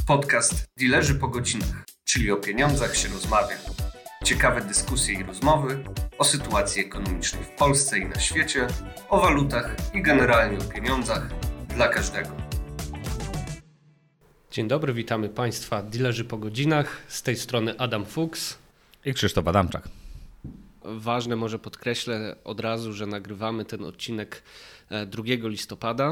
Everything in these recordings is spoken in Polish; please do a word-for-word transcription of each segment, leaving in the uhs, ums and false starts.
Podcast Dilerzy po godzinach, czyli o pieniądzach się rozmawia. Ciekawe dyskusje i rozmowy o sytuacji ekonomicznej w Polsce i na świecie, o walutach i generalnie o pieniądzach dla każdego. Dzień dobry, witamy Państwa Dilerzy po godzinach. Z tej strony Adam Fuchs i Krzysztof Adamczak. Ważne, może podkreślę od razu, że nagrywamy ten odcinek drugiego listopada.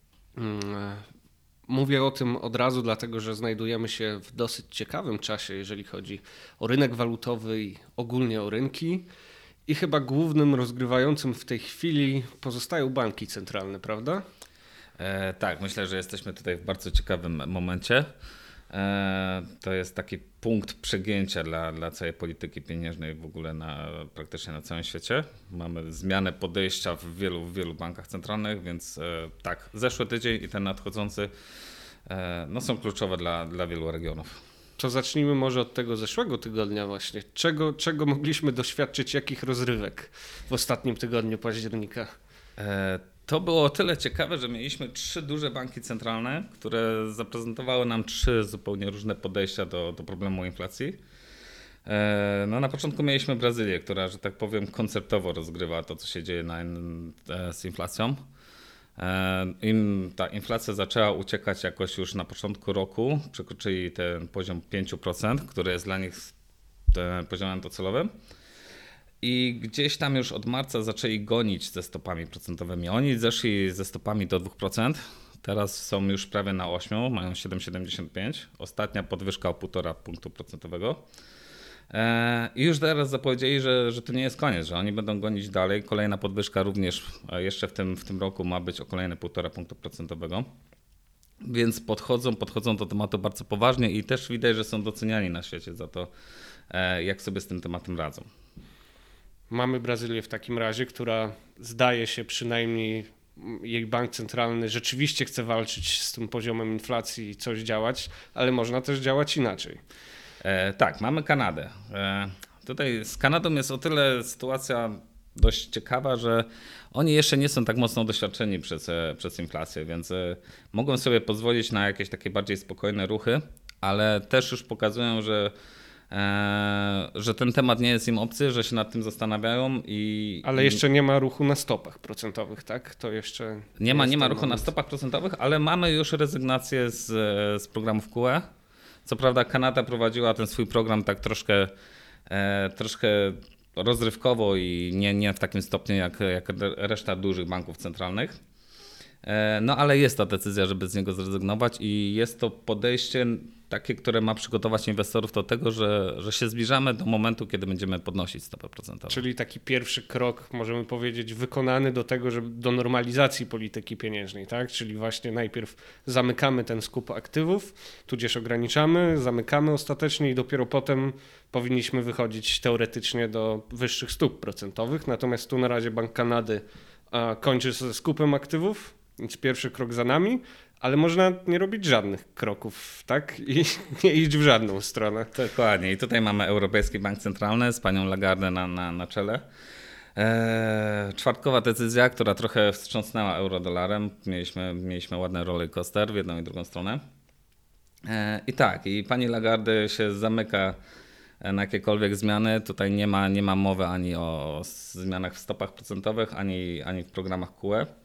Mówię o tym od razu, dlatego że znajdujemy się w dosyć ciekawym czasie, jeżeli chodzi o rynek walutowy i ogólnie o rynki. I chyba głównym rozgrywającym w tej chwili pozostają banki centralne, prawda? E, tak, myślę, że jesteśmy tutaj w bardzo ciekawym momencie. E, to jest taki punkt przegięcia dla, dla całej polityki pieniężnej w ogóle na, praktycznie na całym świecie. Mamy zmianę podejścia w wielu, w wielu bankach centralnych, więc e, tak, zeszły tydzień i ten nadchodzący e, no, są kluczowe dla, dla wielu regionów. To zacznijmy może od tego zeszłego tygodnia właśnie. Czego, czego mogliśmy doświadczyć, jakich rozrywek w ostatnim tygodniu października? E, To było o tyle ciekawe, że mieliśmy trzy duże banki centralne, które zaprezentowały nam trzy zupełnie różne podejścia do, do problemu inflacji. No, na początku mieliśmy Brazylię, która, że tak powiem, konceptowo rozgrywa to, co się dzieje na, z inflacją. Im ta inflacja zaczęła uciekać jakoś już na początku roku, przekroczyli ten poziom pięć procent, który jest dla nich poziomem docelowym. I gdzieś tam już od marca zaczęli gonić ze stopami procentowymi. Oni zeszli ze stopami do dwa procent, teraz są już prawie na osiem, mają siedem przecinek siedemdziesiąt pięć. Ostatnia podwyżka o półtora punktu procentowego. I już teraz zapowiedzieli, że, że to nie jest koniec, że oni będą gonić dalej. Kolejna podwyżka również jeszcze w tym, w tym roku ma być o kolejne półtora punktu procentowego. Więc podchodzą, podchodzą do tematu bardzo poważnie i też widać, że są doceniani na świecie za to, jak sobie z tym tematem radzą. Mamy Brazylię w takim razie, która zdaje się przynajmniej jej bank centralny rzeczywiście chce walczyć z tym poziomem inflacji i coś działać, ale można też działać inaczej. E, tak, mamy Kanadę. E, tutaj z Kanadą jest o tyle sytuacja dość ciekawa, że oni jeszcze nie są tak mocno doświadczeni przez, przez inflację, więc e, mogą sobie pozwolić na jakieś takie bardziej spokojne ruchy, ale też już pokazują, że że ten temat nie jest im obcy, że się nad tym zastanawiają. i. Ale jeszcze nie ma ruchu na stopach procentowych, tak? To jeszcze nie ma, nie ma ruchu moment. na stopach procentowych, ale mamy już rezygnację z, z programów Q E. Co prawda Kanada prowadziła ten swój program tak troszkę, e, troszkę rozrywkowo i nie, nie w takim stopniu jak, jak reszta dużych banków centralnych. E, no ale jest ta decyzja, żeby z niego zrezygnować i jest to podejście takie, które ma przygotować inwestorów do tego, że, że się zbliżamy do momentu, kiedy będziemy podnosić stopę procentową. Czyli taki pierwszy krok, możemy powiedzieć, wykonany do tego, żeby do normalizacji polityki pieniężnej, tak? Czyli właśnie najpierw zamykamy ten skup aktywów, tudzież ograniczamy, zamykamy ostatecznie i dopiero potem powinniśmy wychodzić teoretycznie do wyższych stóp procentowych. Natomiast tu na razie Bank Kanady a, kończy ze skupem aktywów, więc pierwszy krok za nami. Ale można nie robić żadnych kroków, tak? I nie iść w żadną stronę. Dokładnie. I tutaj mamy Europejski Bank Centralny z panią Lagarde na, na, na czele. Eee, czwartkowa decyzja, która trochę wstrząsnęła euro-dolarem. Mieliśmy, mieliśmy ładny roller coaster w jedną i drugą stronę. Eee, I tak, i pani Lagarde się zamyka na jakiekolwiek zmiany. Tutaj nie ma, nie ma mowy ani o zmianach w stopach procentowych, ani, ani w programach Q E.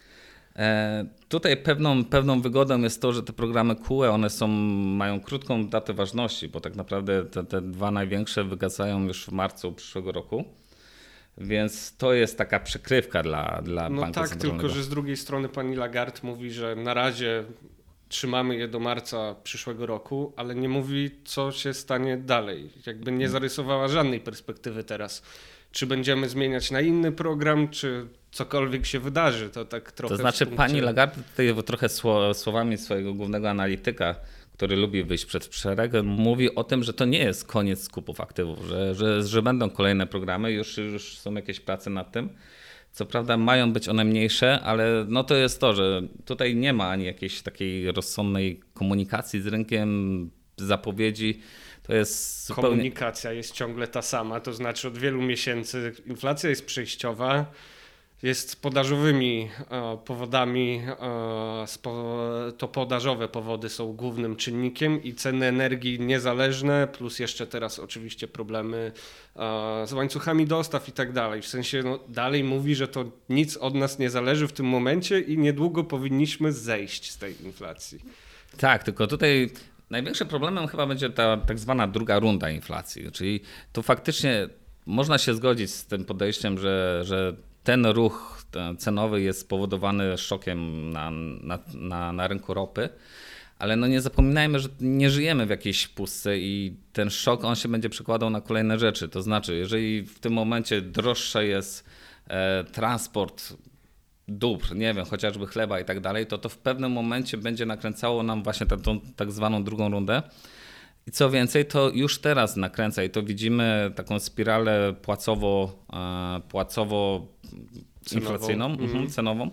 Tutaj pewną, pewną wygodą jest to, że te programy Q E one są, mają krótką datę ważności, bo tak naprawdę te, te dwa największe wygasają już w marcu przyszłego roku, więc to jest taka przykrywka dla, dla no banku tak, centralnego. Tylko że z drugiej strony pani Lagarde mówi, że na razie trzymamy je do marca przyszłego roku, ale nie mówi, co się stanie dalej. Jakby nie zarysowała żadnej perspektywy teraz. Czy będziemy zmieniać na inny program, czy cokolwiek się wydarzy, to tak trochę... To znaczy punkcie... pani Lagarde tutaj trochę słowami swojego głównego analityka, który lubi wyjść przed szereg, mówi o tym, że to nie jest koniec skupów aktywów, że, że, że będą kolejne programy, już, już są jakieś prace nad tym. Co prawda mają być one mniejsze, ale no to jest to, że tutaj nie ma ani jakiejś takiej rozsądnej komunikacji z rynkiem, zapowiedzi. To jest zupełnie... Komunikacja jest ciągle ta sama, to znaczy od wielu miesięcy inflacja jest przejściowa, jest podażowymi powodami, to podażowe powody są głównym czynnikiem i ceny energii niezależne, plus jeszcze teraz oczywiście problemy z łańcuchami dostaw i tak dalej. W sensie no, dalej mówi, że to nic od nas nie zależy w tym momencie i niedługo powinniśmy zejść z tej inflacji. Tak, tylko tutaj największym problemem chyba będzie ta tak zwana druga runda inflacji, czyli tu faktycznie można się zgodzić z tym podejściem, że, że ten ruch cenowy jest spowodowany szokiem na, na, na, na rynku ropy, ale no nie zapominajmy, że nie żyjemy w jakiejś pustce i ten szok on się będzie przekładał na kolejne rzeczy. To znaczy, jeżeli w tym momencie droższy jest e, transport dóbr, nie wiem, chociażby chleba i tak dalej, to to w pewnym momencie będzie nakręcało nam właśnie tą, tą tak zwaną drugą rundę. I co więcej, to już teraz nakręca i to widzimy taką spiralę płacowo, e, płacowo inflacyjną, cenową, mm. cenową,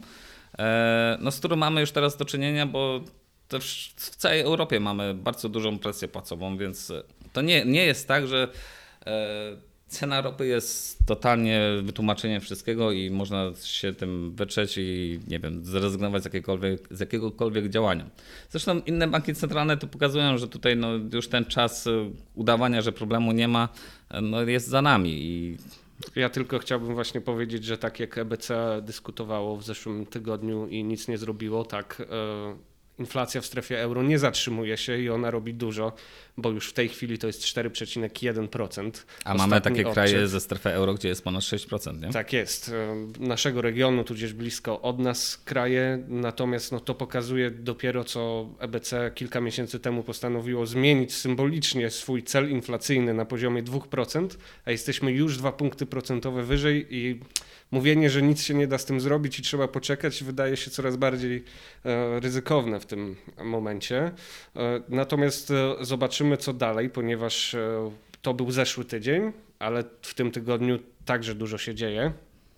e, no z którą mamy już teraz do czynienia, bo też w całej Europie mamy bardzo dużą presję płacową, więc to nie, nie jest tak, że e, cena ropy jest totalnie wytłumaczeniem wszystkiego i można się tym wytrzeć i nie wiem, zrezygnować z jakiegokolwiek, z jakiegokolwiek działania. Zresztą inne banki centralne to pokazują, że tutaj no, już ten czas udawania, że problemu nie ma, no, jest za nami. I ja tylko chciałbym właśnie powiedzieć, że tak jak E B C dyskutowało w zeszłym tygodniu i nic nie zrobiło, tak yy, inflacja w strefie euro nie zatrzymuje się i ona robi dużo, bo już w tej chwili to jest cztery przecinek jeden procent. A mamy takie odczyt. Kraje ze strefy euro, gdzie jest ponad sześć procent, nie? Tak jest. Naszego regionu, tudzież blisko od nas kraje, natomiast no, to pokazuje dopiero, co E B C kilka miesięcy temu postanowiło zmienić symbolicznie swój cel inflacyjny na poziomie dwa procent, a jesteśmy już dwa punkty procentowe wyżej i mówienie, że nic się nie da z tym zrobić i trzeba poczekać, wydaje się coraz bardziej e, ryzykowne w tym momencie. E, natomiast e, zobaczymy, co dalej, ponieważ e, to był zeszły tydzień, ale w tym tygodniu także dużo się dzieje.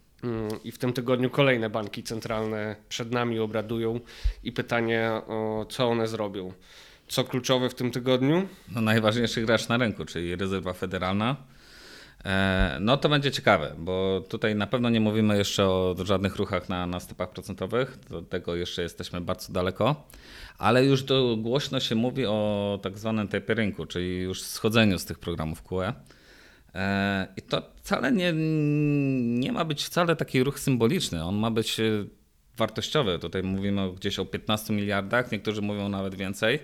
I w tym tygodniu kolejne banki centralne przed nami obradują i pytanie, o, co one zrobią. Co kluczowe w tym tygodniu? No, najważniejszy gracz na rynku, czyli Rezerwa Federalna. No to będzie ciekawe, bo tutaj na pewno nie mówimy jeszcze o żadnych ruchach na, na stopach procentowych, do tego jeszcze jesteśmy bardzo daleko, ale już to głośno się mówi o tak zwanym taperingu, czyli już schodzeniu z tych programów Q E. I to wcale nie, nie ma być wcale taki ruch symboliczny, on ma być wartościowy. Tutaj mówimy gdzieś o piętnastu miliardach, niektórzy mówią nawet więcej.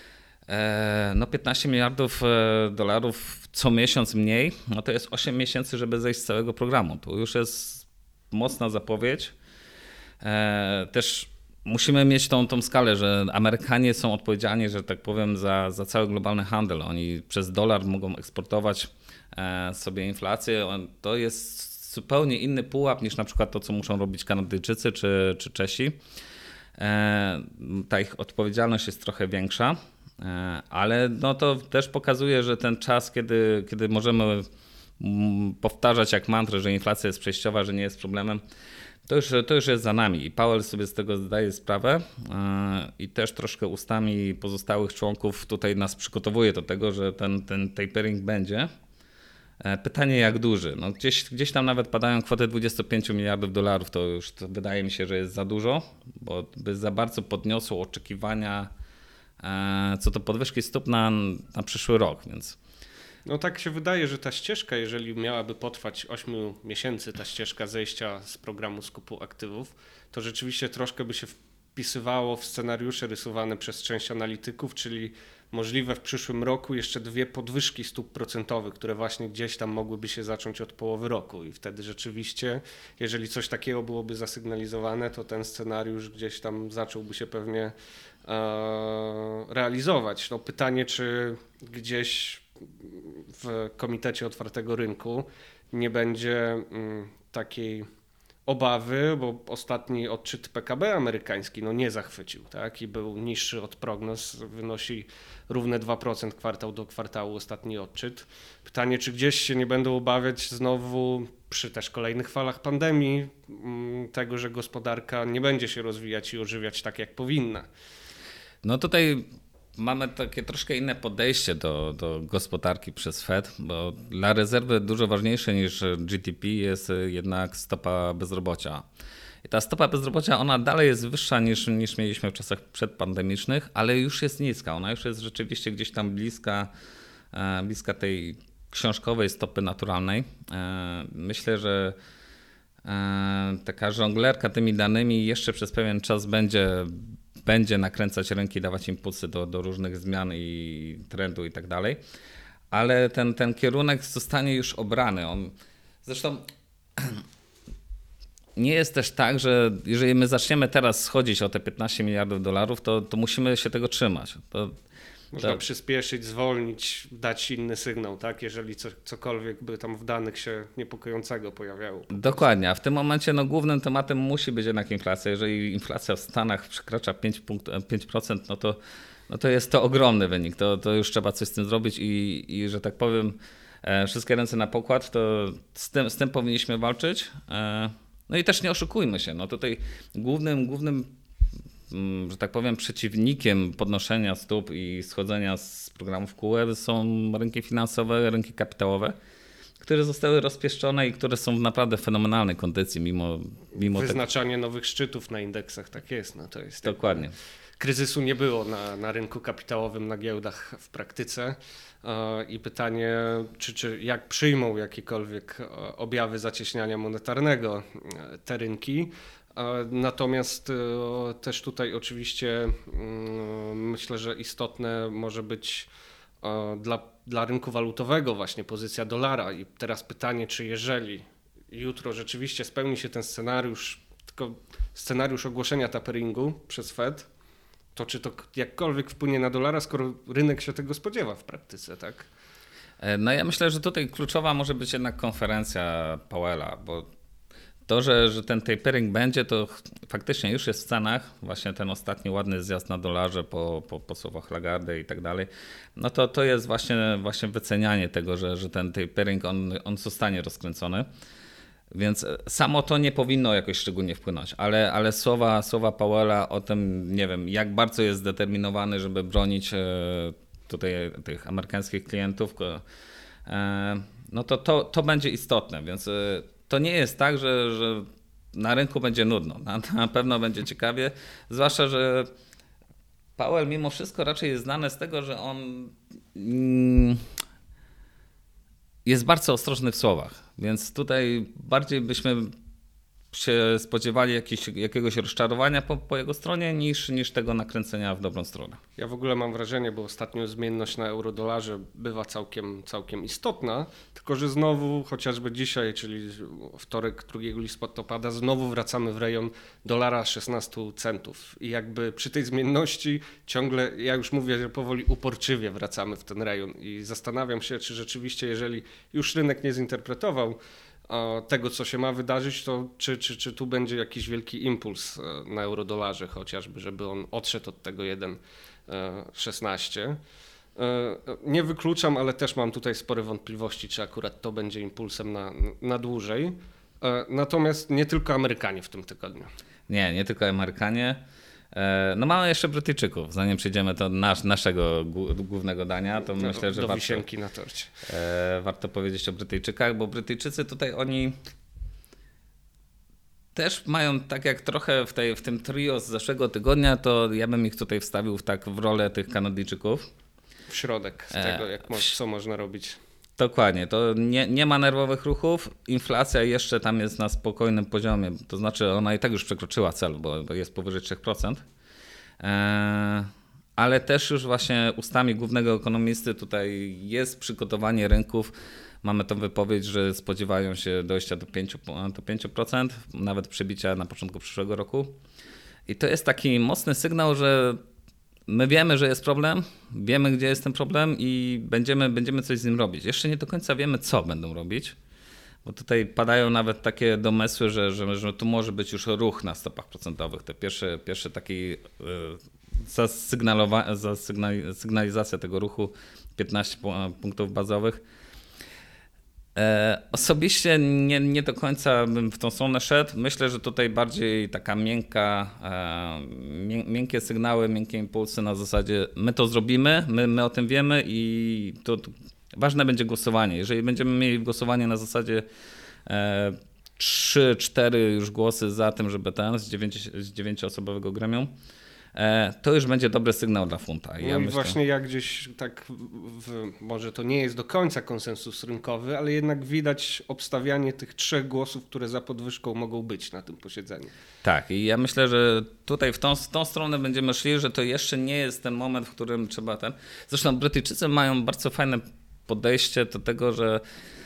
No piętnaście miliardów dolarów co miesiąc mniej, no to jest osiem miesięcy, żeby zejść z całego programu. To już jest mocna zapowiedź. Też musimy mieć tą, tą skalę, że Amerykanie są odpowiedzialni, że tak powiem, za, za cały globalny handel. Oni przez dolar mogą eksportować sobie inflację. To jest zupełnie inny pułap niż na przykład to, co muszą robić Kanadyjczycy czy, czy Czesi. Ta ich odpowiedzialność jest trochę większa. Ale no to też pokazuje, że ten czas, kiedy, kiedy możemy powtarzać jak mantrę, że inflacja jest przejściowa, że nie jest problemem, to już, to już jest za nami. I Powell sobie z tego zdaje sprawę i też troszkę ustami pozostałych członków tutaj nas przygotowuje do tego, że ten, ten tapering będzie. Pytanie jak duży. No gdzieś, gdzieś tam nawet padają kwoty dwadzieścia pięć miliardów dolarów, to już to wydaje mi się, że jest za dużo, bo by za bardzo podniosło oczekiwania co do podwyżki stóp na, na przyszły rok, więc... No tak się wydaje, że ta ścieżka, jeżeli miałaby potrwać osiem miesięcy, ta ścieżka zejścia z programu skupu aktywów, to rzeczywiście troszkę by się wpisywało w scenariusze rysowane przez część analityków, czyli możliwe w przyszłym roku jeszcze dwie podwyżki stóp procentowych, które właśnie gdzieś tam mogłyby się zacząć od połowy roku i wtedy rzeczywiście, jeżeli coś takiego byłoby zasygnalizowane, to ten scenariusz gdzieś tam zacząłby się pewnie e, realizować. No pytanie, czy gdzieś w Komitecie Otwartego Rynku nie będzie mm, takiej obawy, bo ostatni odczyt P K B amerykański no nie zachwycił, tak? I był niższy od prognoz, wynosi równe dwa procent kwartał do kwartału ostatni odczyt. Pytanie, czy gdzieś się nie będą obawiać znowu przy też kolejnych falach pandemii tego, że gospodarka nie będzie się rozwijać i ożywiać tak jak powinna. No tutaj mamy takie troszkę inne podejście do, do gospodarki przez Fed, bo dla rezerwy dużo ważniejsze niż G D P jest jednak stopa bezrobocia. I ta stopa bezrobocia, ona dalej jest wyższa niż, niż mieliśmy w czasach przedpandemicznych, ale już jest niska. Ona już jest rzeczywiście gdzieś tam bliska, bliska tej książkowej stopy naturalnej. Myślę, że taka żonglerka tymi danymi jeszcze przez pewien czas będzie, będzie nakręcać rynki, dawać impulsy do, do różnych zmian i trendu i tak dalej. Ale ten, ten kierunek zostanie już obrany. On, zresztą nie jest też tak, że jeżeli my zaczniemy teraz schodzić o te piętnaście miliardów dolarów, to, to musimy się tego trzymać. To, Można to... przyspieszyć, zwolnić, dać inny sygnał, tak? Jeżeli co, cokolwiek by tam w danych się niepokojącego pojawiało. Dokładnie, a w tym momencie no, głównym tematem musi być jednak inflacja. Jeżeli inflacja w Stanach przekracza pięć procent, no to, no to jest to ogromny wynik. To, to już trzeba coś z tym zrobić i, i że tak powiem, e, wszystkie ręce na pokład, to z tym, z tym powinniśmy walczyć. E, no i też nie oszukujmy się. No tutaj głównym, głównym że tak powiem, przeciwnikiem podnoszenia stóp i schodzenia z programów Q E są rynki finansowe, rynki kapitałowe, które zostały rozpieszczone i które są w naprawdę fenomenalnej kondycji mimo... mimo Wyznaczanie tego... nowych szczytów na indeksach, tak jest. No to jest Dokładnie. Tak, kryzysu nie było na, na rynku kapitałowym, na giełdach w praktyce i pytanie, czy, czy jak przyjmą jakiekolwiek objawy zacieśniania monetarnego te rynki. Natomiast też tutaj oczywiście myślę, że istotne może być dla, dla rynku walutowego właśnie pozycja dolara i teraz pytanie, czy jeżeli jutro rzeczywiście spełni się ten scenariusz, tylko scenariusz ogłoszenia taperingu przez Fed, to czy to jakkolwiek wpłynie na dolara, skoro rynek się tego spodziewa w praktyce, tak? No ja myślę, że tutaj kluczowa może być jednak konferencja Powella, bo to, że, że ten tapering będzie, to faktycznie już jest w cenach, właśnie ten ostatni ładny zjazd na dolarze po, po, po słowach Lagarde i tak dalej, no to to jest właśnie, właśnie wycenianie tego, że, że ten tapering on, on zostanie rozkręcony. Więc samo to nie powinno jakoś szczególnie wpłynąć, ale, ale słowa, słowa Powella o tym, nie wiem, jak bardzo jest zdeterminowany, żeby bronić tutaj tych amerykańskich klientów, no to to, to będzie istotne, więc to nie jest tak, że, że na rynku będzie nudno, na, na pewno będzie ciekawie, zwłaszcza, że Powell mimo wszystko raczej jest znany z tego, że on mm, jest bardzo ostrożny w słowach, więc tutaj bardziej byśmy się spodziewali jakiś, jakiegoś rozczarowania po, po jego stronie niż, niż tego nakręcenia w dobrą stronę. Ja w ogóle mam wrażenie, bo ostatnio zmienność na euro-dolarze bywa całkiem, całkiem istotna, tylko że znowu chociażby dzisiaj, czyli wtorek drugiego listopada, znowu wracamy w rejon dolara szesnaście centów i jakby przy tej zmienności ciągle, ja już mówię, że powoli uporczywie wracamy w ten rejon i zastanawiam się, czy rzeczywiście, jeżeli już rynek nie zinterpretował tego, co się ma wydarzyć, to czy, czy, czy tu będzie jakiś wielki impuls na eurodolarze chociażby, żeby on odszedł od tego jeden szesnaście. Nie wykluczam, ale też mam tutaj spore wątpliwości, czy akurat to będzie impulsem na, na dłużej. Natomiast nie tylko Amerykanie w tym tygodniu. Nie, nie tylko Amerykanie. No mamy jeszcze Brytyjczyków. Zanim przejdziemy do nasz, naszego głównego dania, to do, myślę, że do warto, wisienki na torcie. E, warto powiedzieć o Brytyjczykach, bo Brytyjczycy tutaj oni też mają tak jak trochę w, tej, w tym trio z zeszłego tygodnia, to ja bym ich tutaj wstawił w, tak w rolę tych Kanadyjczyków. W środek tego, jak mo- co można robić. Dokładnie, to nie, nie ma nerwowych ruchów, inflacja jeszcze tam jest na spokojnym poziomie, to znaczy ona i tak już przekroczyła cel, bo jest powyżej trzy procent, eee, ale też już właśnie ustami głównego ekonomisty tutaj jest przygotowanie rynków, mamy tą wypowiedź, że spodziewają się dojścia do pięć procent, nawet przebicia na początku przyszłego roku i to jest taki mocny sygnał, że my wiemy, że jest problem, wiemy, gdzie jest ten problem i będziemy, będziemy coś z nim robić. Jeszcze nie do końca wiemy, co będą robić, bo tutaj padają nawet takie domysły, że, że, że tu może być już ruch na stopach procentowych. Te pierwsze, pierwsze taki zasygnalowa- zasygnalizacja tego ruchu piętnaście punktów bazowych. E, osobiście nie, nie do końca bym w tą stronę szedł. Myślę, że tutaj bardziej taka miękka, e, mię, miękkie sygnały, miękkie impulsy na zasadzie my to zrobimy, my, my o tym wiemy i to, to ważne będzie głosowanie. Jeżeli będziemy mieli głosowanie na zasadzie e, trzy cztery już głosy za tym, żeby ten z, dziewięć, z dziewięcioosobowego gremium, to już będzie dobry sygnał dla funta. Ja no i myślę... właśnie jak gdzieś tak, w, może to nie jest do końca konsensus rynkowy, ale jednak widać obstawianie tych trzech głosów, które za podwyżką mogą być na tym posiedzeniu. Tak, i ja myślę, że tutaj w tą, w tą stronę będziemy szli, że to jeszcze nie jest ten moment, w którym trzeba ten... Zresztą Brytyjczycy mają bardzo fajne podejście do tego, że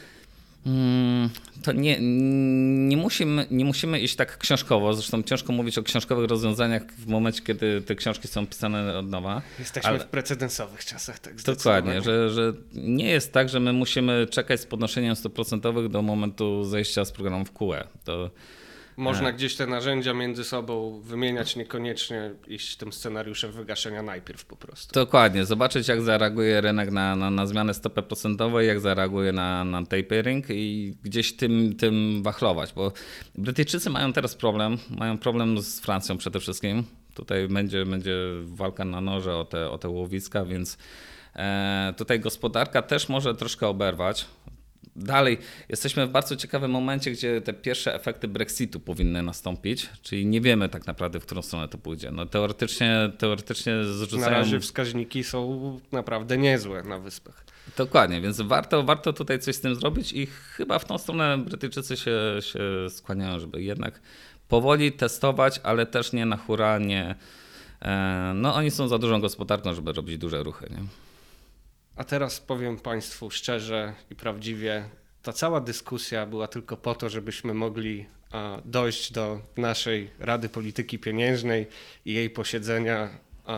to nie, nie, musimy, nie musimy iść tak książkowo, zresztą ciężko mówić o książkowych rozwiązaniach w momencie, kiedy te książki są pisane od nowa. Jesteśmy ale... w precedensowych czasach, tak dokładnie, że, że nie jest tak, że my musimy czekać z podnoszeniem stóp procentowych do momentu zejścia z programu w Q E. To Można gdzieś te narzędzia między sobą wymieniać, niekoniecznie iść tym scenariuszem wygaszenia najpierw po prostu. Dokładnie, zobaczyć jak zareaguje rynek na, na, na zmianę stopy procentowej, jak zareaguje na, na tapering i gdzieś tym, tym wachlować, bo Brytyjczycy mają teraz problem, mają problem z Francją przede wszystkim. Tutaj będzie, będzie walka na noże o te, o te łowiska, więc e, tutaj gospodarka też może troszkę oberwać. Dalej, jesteśmy w bardzo ciekawym momencie, gdzie te pierwsze efekty Brexitu powinny nastąpić, czyli nie wiemy tak naprawdę, w którą stronę to pójdzie. No teoretycznie, teoretycznie zrzucają... Na razie wskaźniki są naprawdę niezłe na Wyspach. Dokładnie, więc warto, warto tutaj coś z tym zrobić i chyba w tą stronę Brytyjczycy się, się skłaniają, żeby jednak powoli testować, ale też nie na hura, nie... No oni są za dużą gospodarką, żeby robić duże ruchy, nie? A teraz powiem Państwu szczerze i prawdziwie, ta cała dyskusja była tylko po to, żebyśmy mogli dojść do naszej Rady Polityki Pieniężnej i jej posiedzenia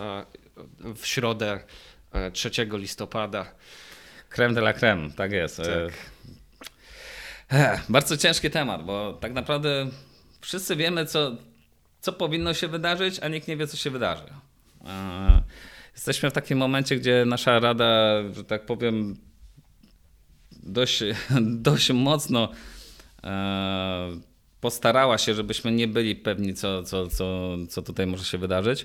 w środę trzeciego listopada. Crème de la crème, tak jest. Tak. Ech, bardzo ciężki temat, bo tak naprawdę wszyscy wiemy, co, co powinno się wydarzyć, a nikt nie wie, co się wydarzy. Jesteśmy w takim momencie, gdzie nasza rada, że tak powiem, dość, dość mocno e, postarała się, żebyśmy nie byli pewni, co, co, co, co tutaj może się wydarzyć.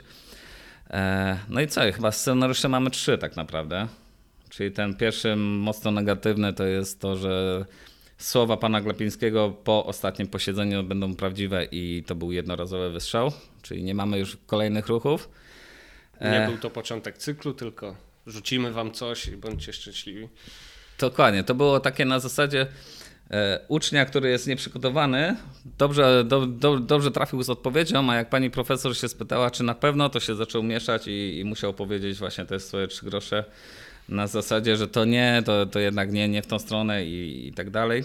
E, no i co, chyba scenariusze mamy trzy tak naprawdę. Czyli ten pierwszy mocno negatywny to jest to, że słowa pana Glapińskiego po ostatnim posiedzeniu będą prawdziwe i to był jednorazowy wystrzał, czyli nie mamy już kolejnych ruchów. Nie był to początek cyklu, tylko rzucimy wam coś i bądźcie szczęśliwi. Dokładnie, to było takie na zasadzie e, ucznia, który jest nieprzygotowany, dobrze, do, do, dobrze trafił z odpowiedzią, a jak pani profesor się spytała, czy na pewno, to się zaczął mieszać i, i musiał powiedzieć właśnie te swoje trzy grosze na zasadzie, że to nie, to, to jednak nie, nie w tą stronę i, i tak dalej.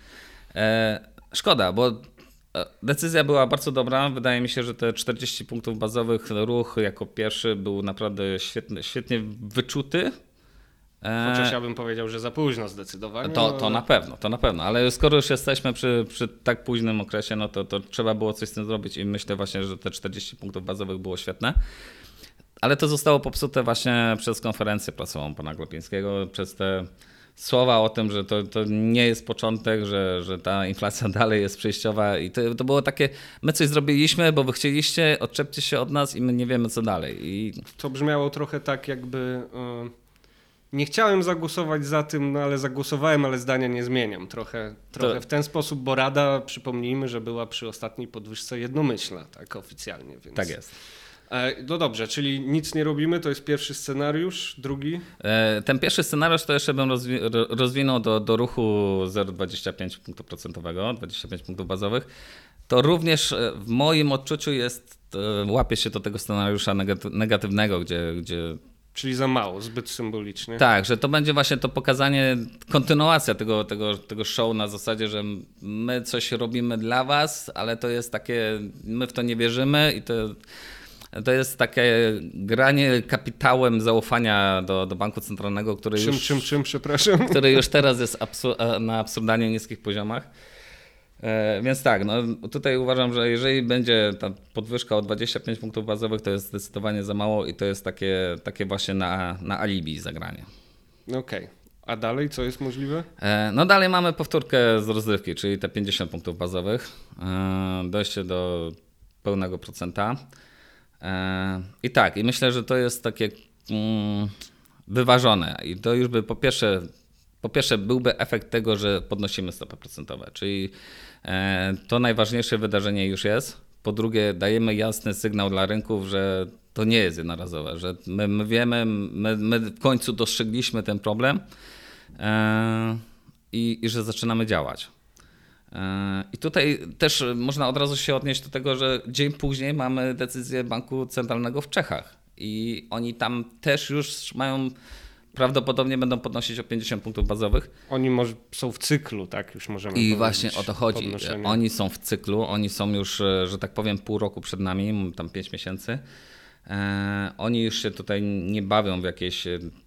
E, szkoda, bo decyzja była bardzo dobra. Wydaje mi się, że te czterdzieści punktów bazowych ruch jako pierwszy był naprawdę świetny, świetnie wyczuty. Chociaż ja bym powiedział, że za późno zdecydowanie. To, to na pewno, to na pewno. Ale skoro już jesteśmy przy, przy tak późnym okresie, no to, to trzeba było coś z tym zrobić i myślę właśnie, że te czterdzieści punktów bazowych było świetne. Ale to zostało popsute właśnie przez konferencję prasową pana Glapińskiego, przez te słowa o tym, że to, to nie jest początek, że, że ta inflacja dalej jest przejściowa i to, to było takie, my coś zrobiliśmy, bo wy chcieliście, odczepcie się od nas i my nie wiemy co dalej. I... To brzmiało trochę tak jakby, yy, nie chciałem zagłosować za tym, no ale zagłosowałem, ale zdania nie zmieniam. Trochę, trochę to... w ten sposób, bo Rada, przypomnijmy, że była przy ostatniej podwyżce jednomyślna, tak oficjalnie. Więc... Tak jest. No dobrze, czyli nic nie robimy, to jest pierwszy scenariusz, drugi? Ten pierwszy scenariusz to jeszcze bym rozwi- rozwinął do, do ruchu zero przecinek dwadzieścia pięć punktu procentowego, dwadzieścia pięć punktów bazowych. To również w moim odczuciu jest, łapie się do tego scenariusza negatywnego, gdzie... gdzie Czyli za mało, zbyt symbolicznie. Tak, że to będzie właśnie to pokazanie, kontynuacja tego, tego, tego show na zasadzie, że my coś robimy dla was, ale to jest takie, my w to nie wierzymy i to... To jest takie granie kapitałem zaufania do, do banku centralnego, który czym, już, czym, czym, przepraszam. który już teraz jest absur- na absurdalnie niskich poziomach. E, więc tak, no tutaj uważam, że jeżeli będzie ta podwyżka o dwadzieścia pięć punktów bazowych, to jest zdecydowanie za mało i to jest takie, takie właśnie na, na alibi zagranie. Okej. Okay. A dalej co jest możliwe? No dalej mamy powtórkę z rozrywki, czyli te pięćdziesiąt punktów bazowych, dojście do pełnego procenta. I tak, i myślę, że to jest takie mm, wyważone i to już by po pierwsze, po pierwsze byłby efekt tego, że podnosimy stopy procentowe, czyli to najważniejsze wydarzenie już jest. Po drugie, dajemy jasny sygnał dla rynków, że to nie jest jednorazowe, że my, my wiemy, my, my w końcu dostrzegliśmy ten problem e, i, i że zaczynamy działać. E, I tutaj też można od razu się odnieść do tego, że dzień później mamy decyzję Banku Centralnego w Czechach i oni tam też już mają, prawdopodobnie będą podnosić o pięćdziesiąt punktów bazowych. Oni może są w cyklu, tak już możemy I powiedzieć. właśnie o to chodzi. Podnoszenie. Oni są w cyklu, oni są już, że tak powiem, pół roku przed nami, tam pięć miesięcy. E, oni już się tutaj nie bawią w jakieś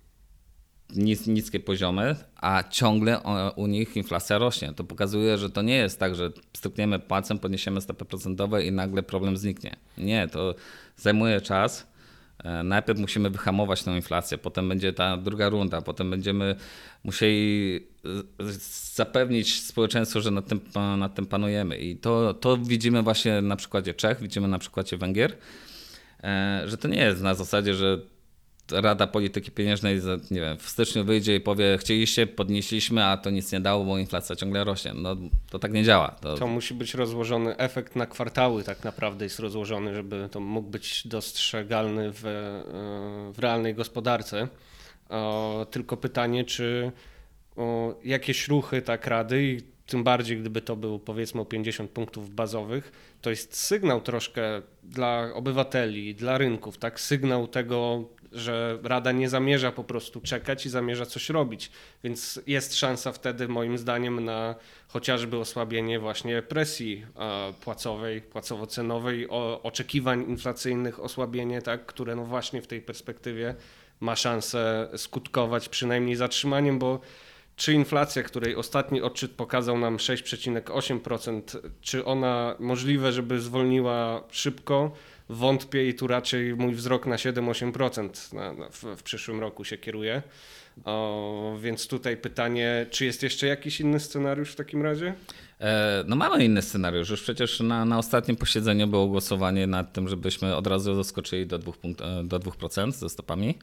nis, niskie poziomy, a ciągle o, u nich inflacja rośnie. To pokazuje, że to nie jest tak, że stukniemy palcem, podniesiemy stopy procentowe i nagle problem zniknie. Nie, to zajmuje czas. Najpierw musimy wyhamować tę inflację, potem będzie ta druga runda, potem będziemy musieli zapewnić społeczeństwu, że nad tym, nad tym panujemy. I to, to widzimy właśnie na przykładzie Czech, widzimy na przykładzie Węgier, że to nie jest na zasadzie, że Rada Polityki Pieniężnej, nie wiem, w styczniu wyjdzie i powie, chcieliście, podnieśliśmy, a to nic nie dało, bo inflacja ciągle rośnie. No to tak nie działa. To, to musi być rozłożony, efekt na kwartały tak naprawdę jest rozłożony, żeby to mógł być dostrzegalny w, w realnej gospodarce. O, tylko pytanie, czy o, jakieś ruchy tak Rady i tym bardziej gdyby to był powiedzmy o pięćdziesiąt punktów bazowych, to jest sygnał troszkę dla obywateli, dla rynków, tak? Sygnał tego, że Rada nie zamierza po prostu czekać i zamierza coś robić. Więc jest szansa wtedy moim zdaniem na chociażby osłabienie właśnie presji płacowej, płacowo-cenowej, oczekiwań inflacyjnych, osłabienie, tak, które no właśnie w tej perspektywie ma szansę skutkować przynajmniej zatrzymaniem, bo czy inflacja, której ostatni odczyt pokazał nam sześć przecinek osiem procent, czy ona możliwe, żeby zwolniła szybko? Wątpię i tu raczej mój wzrok na siedem do ośmiu procent na, na, w, w przyszłym roku się kieruje. O, więc tutaj pytanie, czy jest jeszcze jakiś inny scenariusz w takim razie? E, no mamy inny scenariusz. Już przecież na, na ostatnim posiedzeniu było głosowanie nad tym, żebyśmy od razu zaskoczyli do dwóch procent, do dwóch procent ze stopami.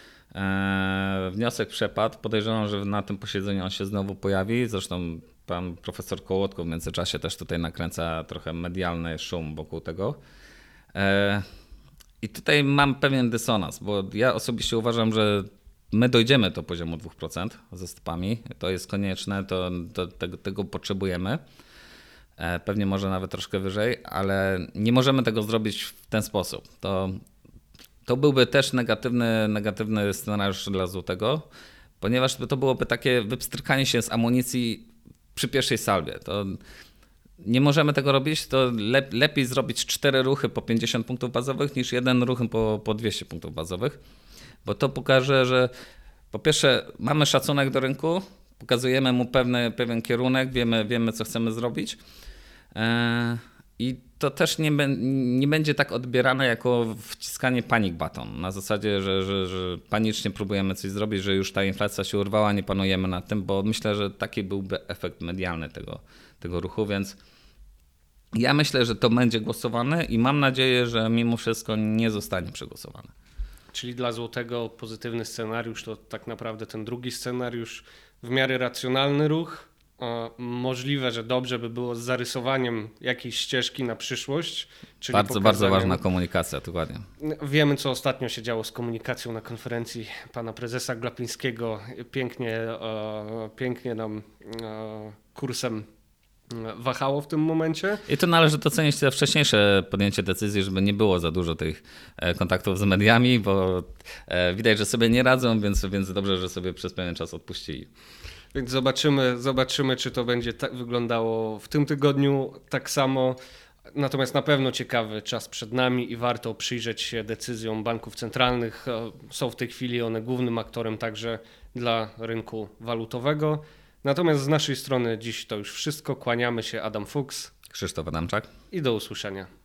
E, wniosek przepadł. Podejrzewam, że na tym posiedzeniu on się znowu pojawi. Zresztą pan profesor Kołotko w międzyczasie też tutaj nakręca trochę medialny szum wokół tego. E, I tutaj mam pewien dysonans, bo ja osobiście uważam, że my dojdziemy do poziomu dwóch procent ze stopami. To jest konieczne, to, to, tego, tego potrzebujemy. E, pewnie może nawet troszkę wyżej, ale nie możemy tego zrobić w ten sposób. To, to byłby też negatywny, negatywny scenariusz dla złotego, ponieważ to byłoby takie wypstrykanie się z amunicji przy pierwszej salwie. To nie możemy tego robić, to lep, lepiej zrobić cztery ruchy po pięćdziesiąt punktów bazowych niż jeden ruch po, po dwieście punktów bazowych, bo to pokaże, że po pierwsze mamy szacunek do rynku, pokazujemy mu pewny, pewien kierunek, wiemy, wiemy co chcemy zrobić yy, i to też nie, nie będzie tak odbierane jako wciskanie panic button, na zasadzie, że, że, że panicznie próbujemy coś zrobić, że już ta inflacja się urwała, nie panujemy nad tym, bo myślę, że taki byłby efekt medialny tego, tego ruchu, więc ja myślę, że to będzie głosowane i mam nadzieję, że mimo wszystko nie zostanie przegłosowane. Czyli dla złotego pozytywny scenariusz to tak naprawdę ten drugi scenariusz, w miarę racjonalny ruch. Możliwe, że dobrze by było z zarysowaniem jakiejś ścieżki na przyszłość. Czyli bardzo, bardzo ważna komunikacja, dokładnie. Wiemy, co ostatnio się działo z komunikacją na konferencji pana prezesa Glapińskiego. Pięknie, pięknie nam kursem wahało w tym momencie. I to należy docenić te wcześniejsze podjęcie decyzji, żeby nie było za dużo tych kontaktów z mediami, bo widać, że sobie nie radzą, więc, więc dobrze, że sobie przez pewien czas odpuścili. Więc zobaczymy, zobaczymy, czy to będzie tak wyglądało w tym tygodniu tak samo. Natomiast na pewno ciekawy czas przed nami i warto przyjrzeć się decyzjom banków centralnych. Są w tej chwili one głównym aktorem także dla rynku walutowego. Natomiast z naszej strony dziś to już wszystko. Kłaniamy się, Adam Fuchs, Krzysztof Adamczak i do usłyszenia.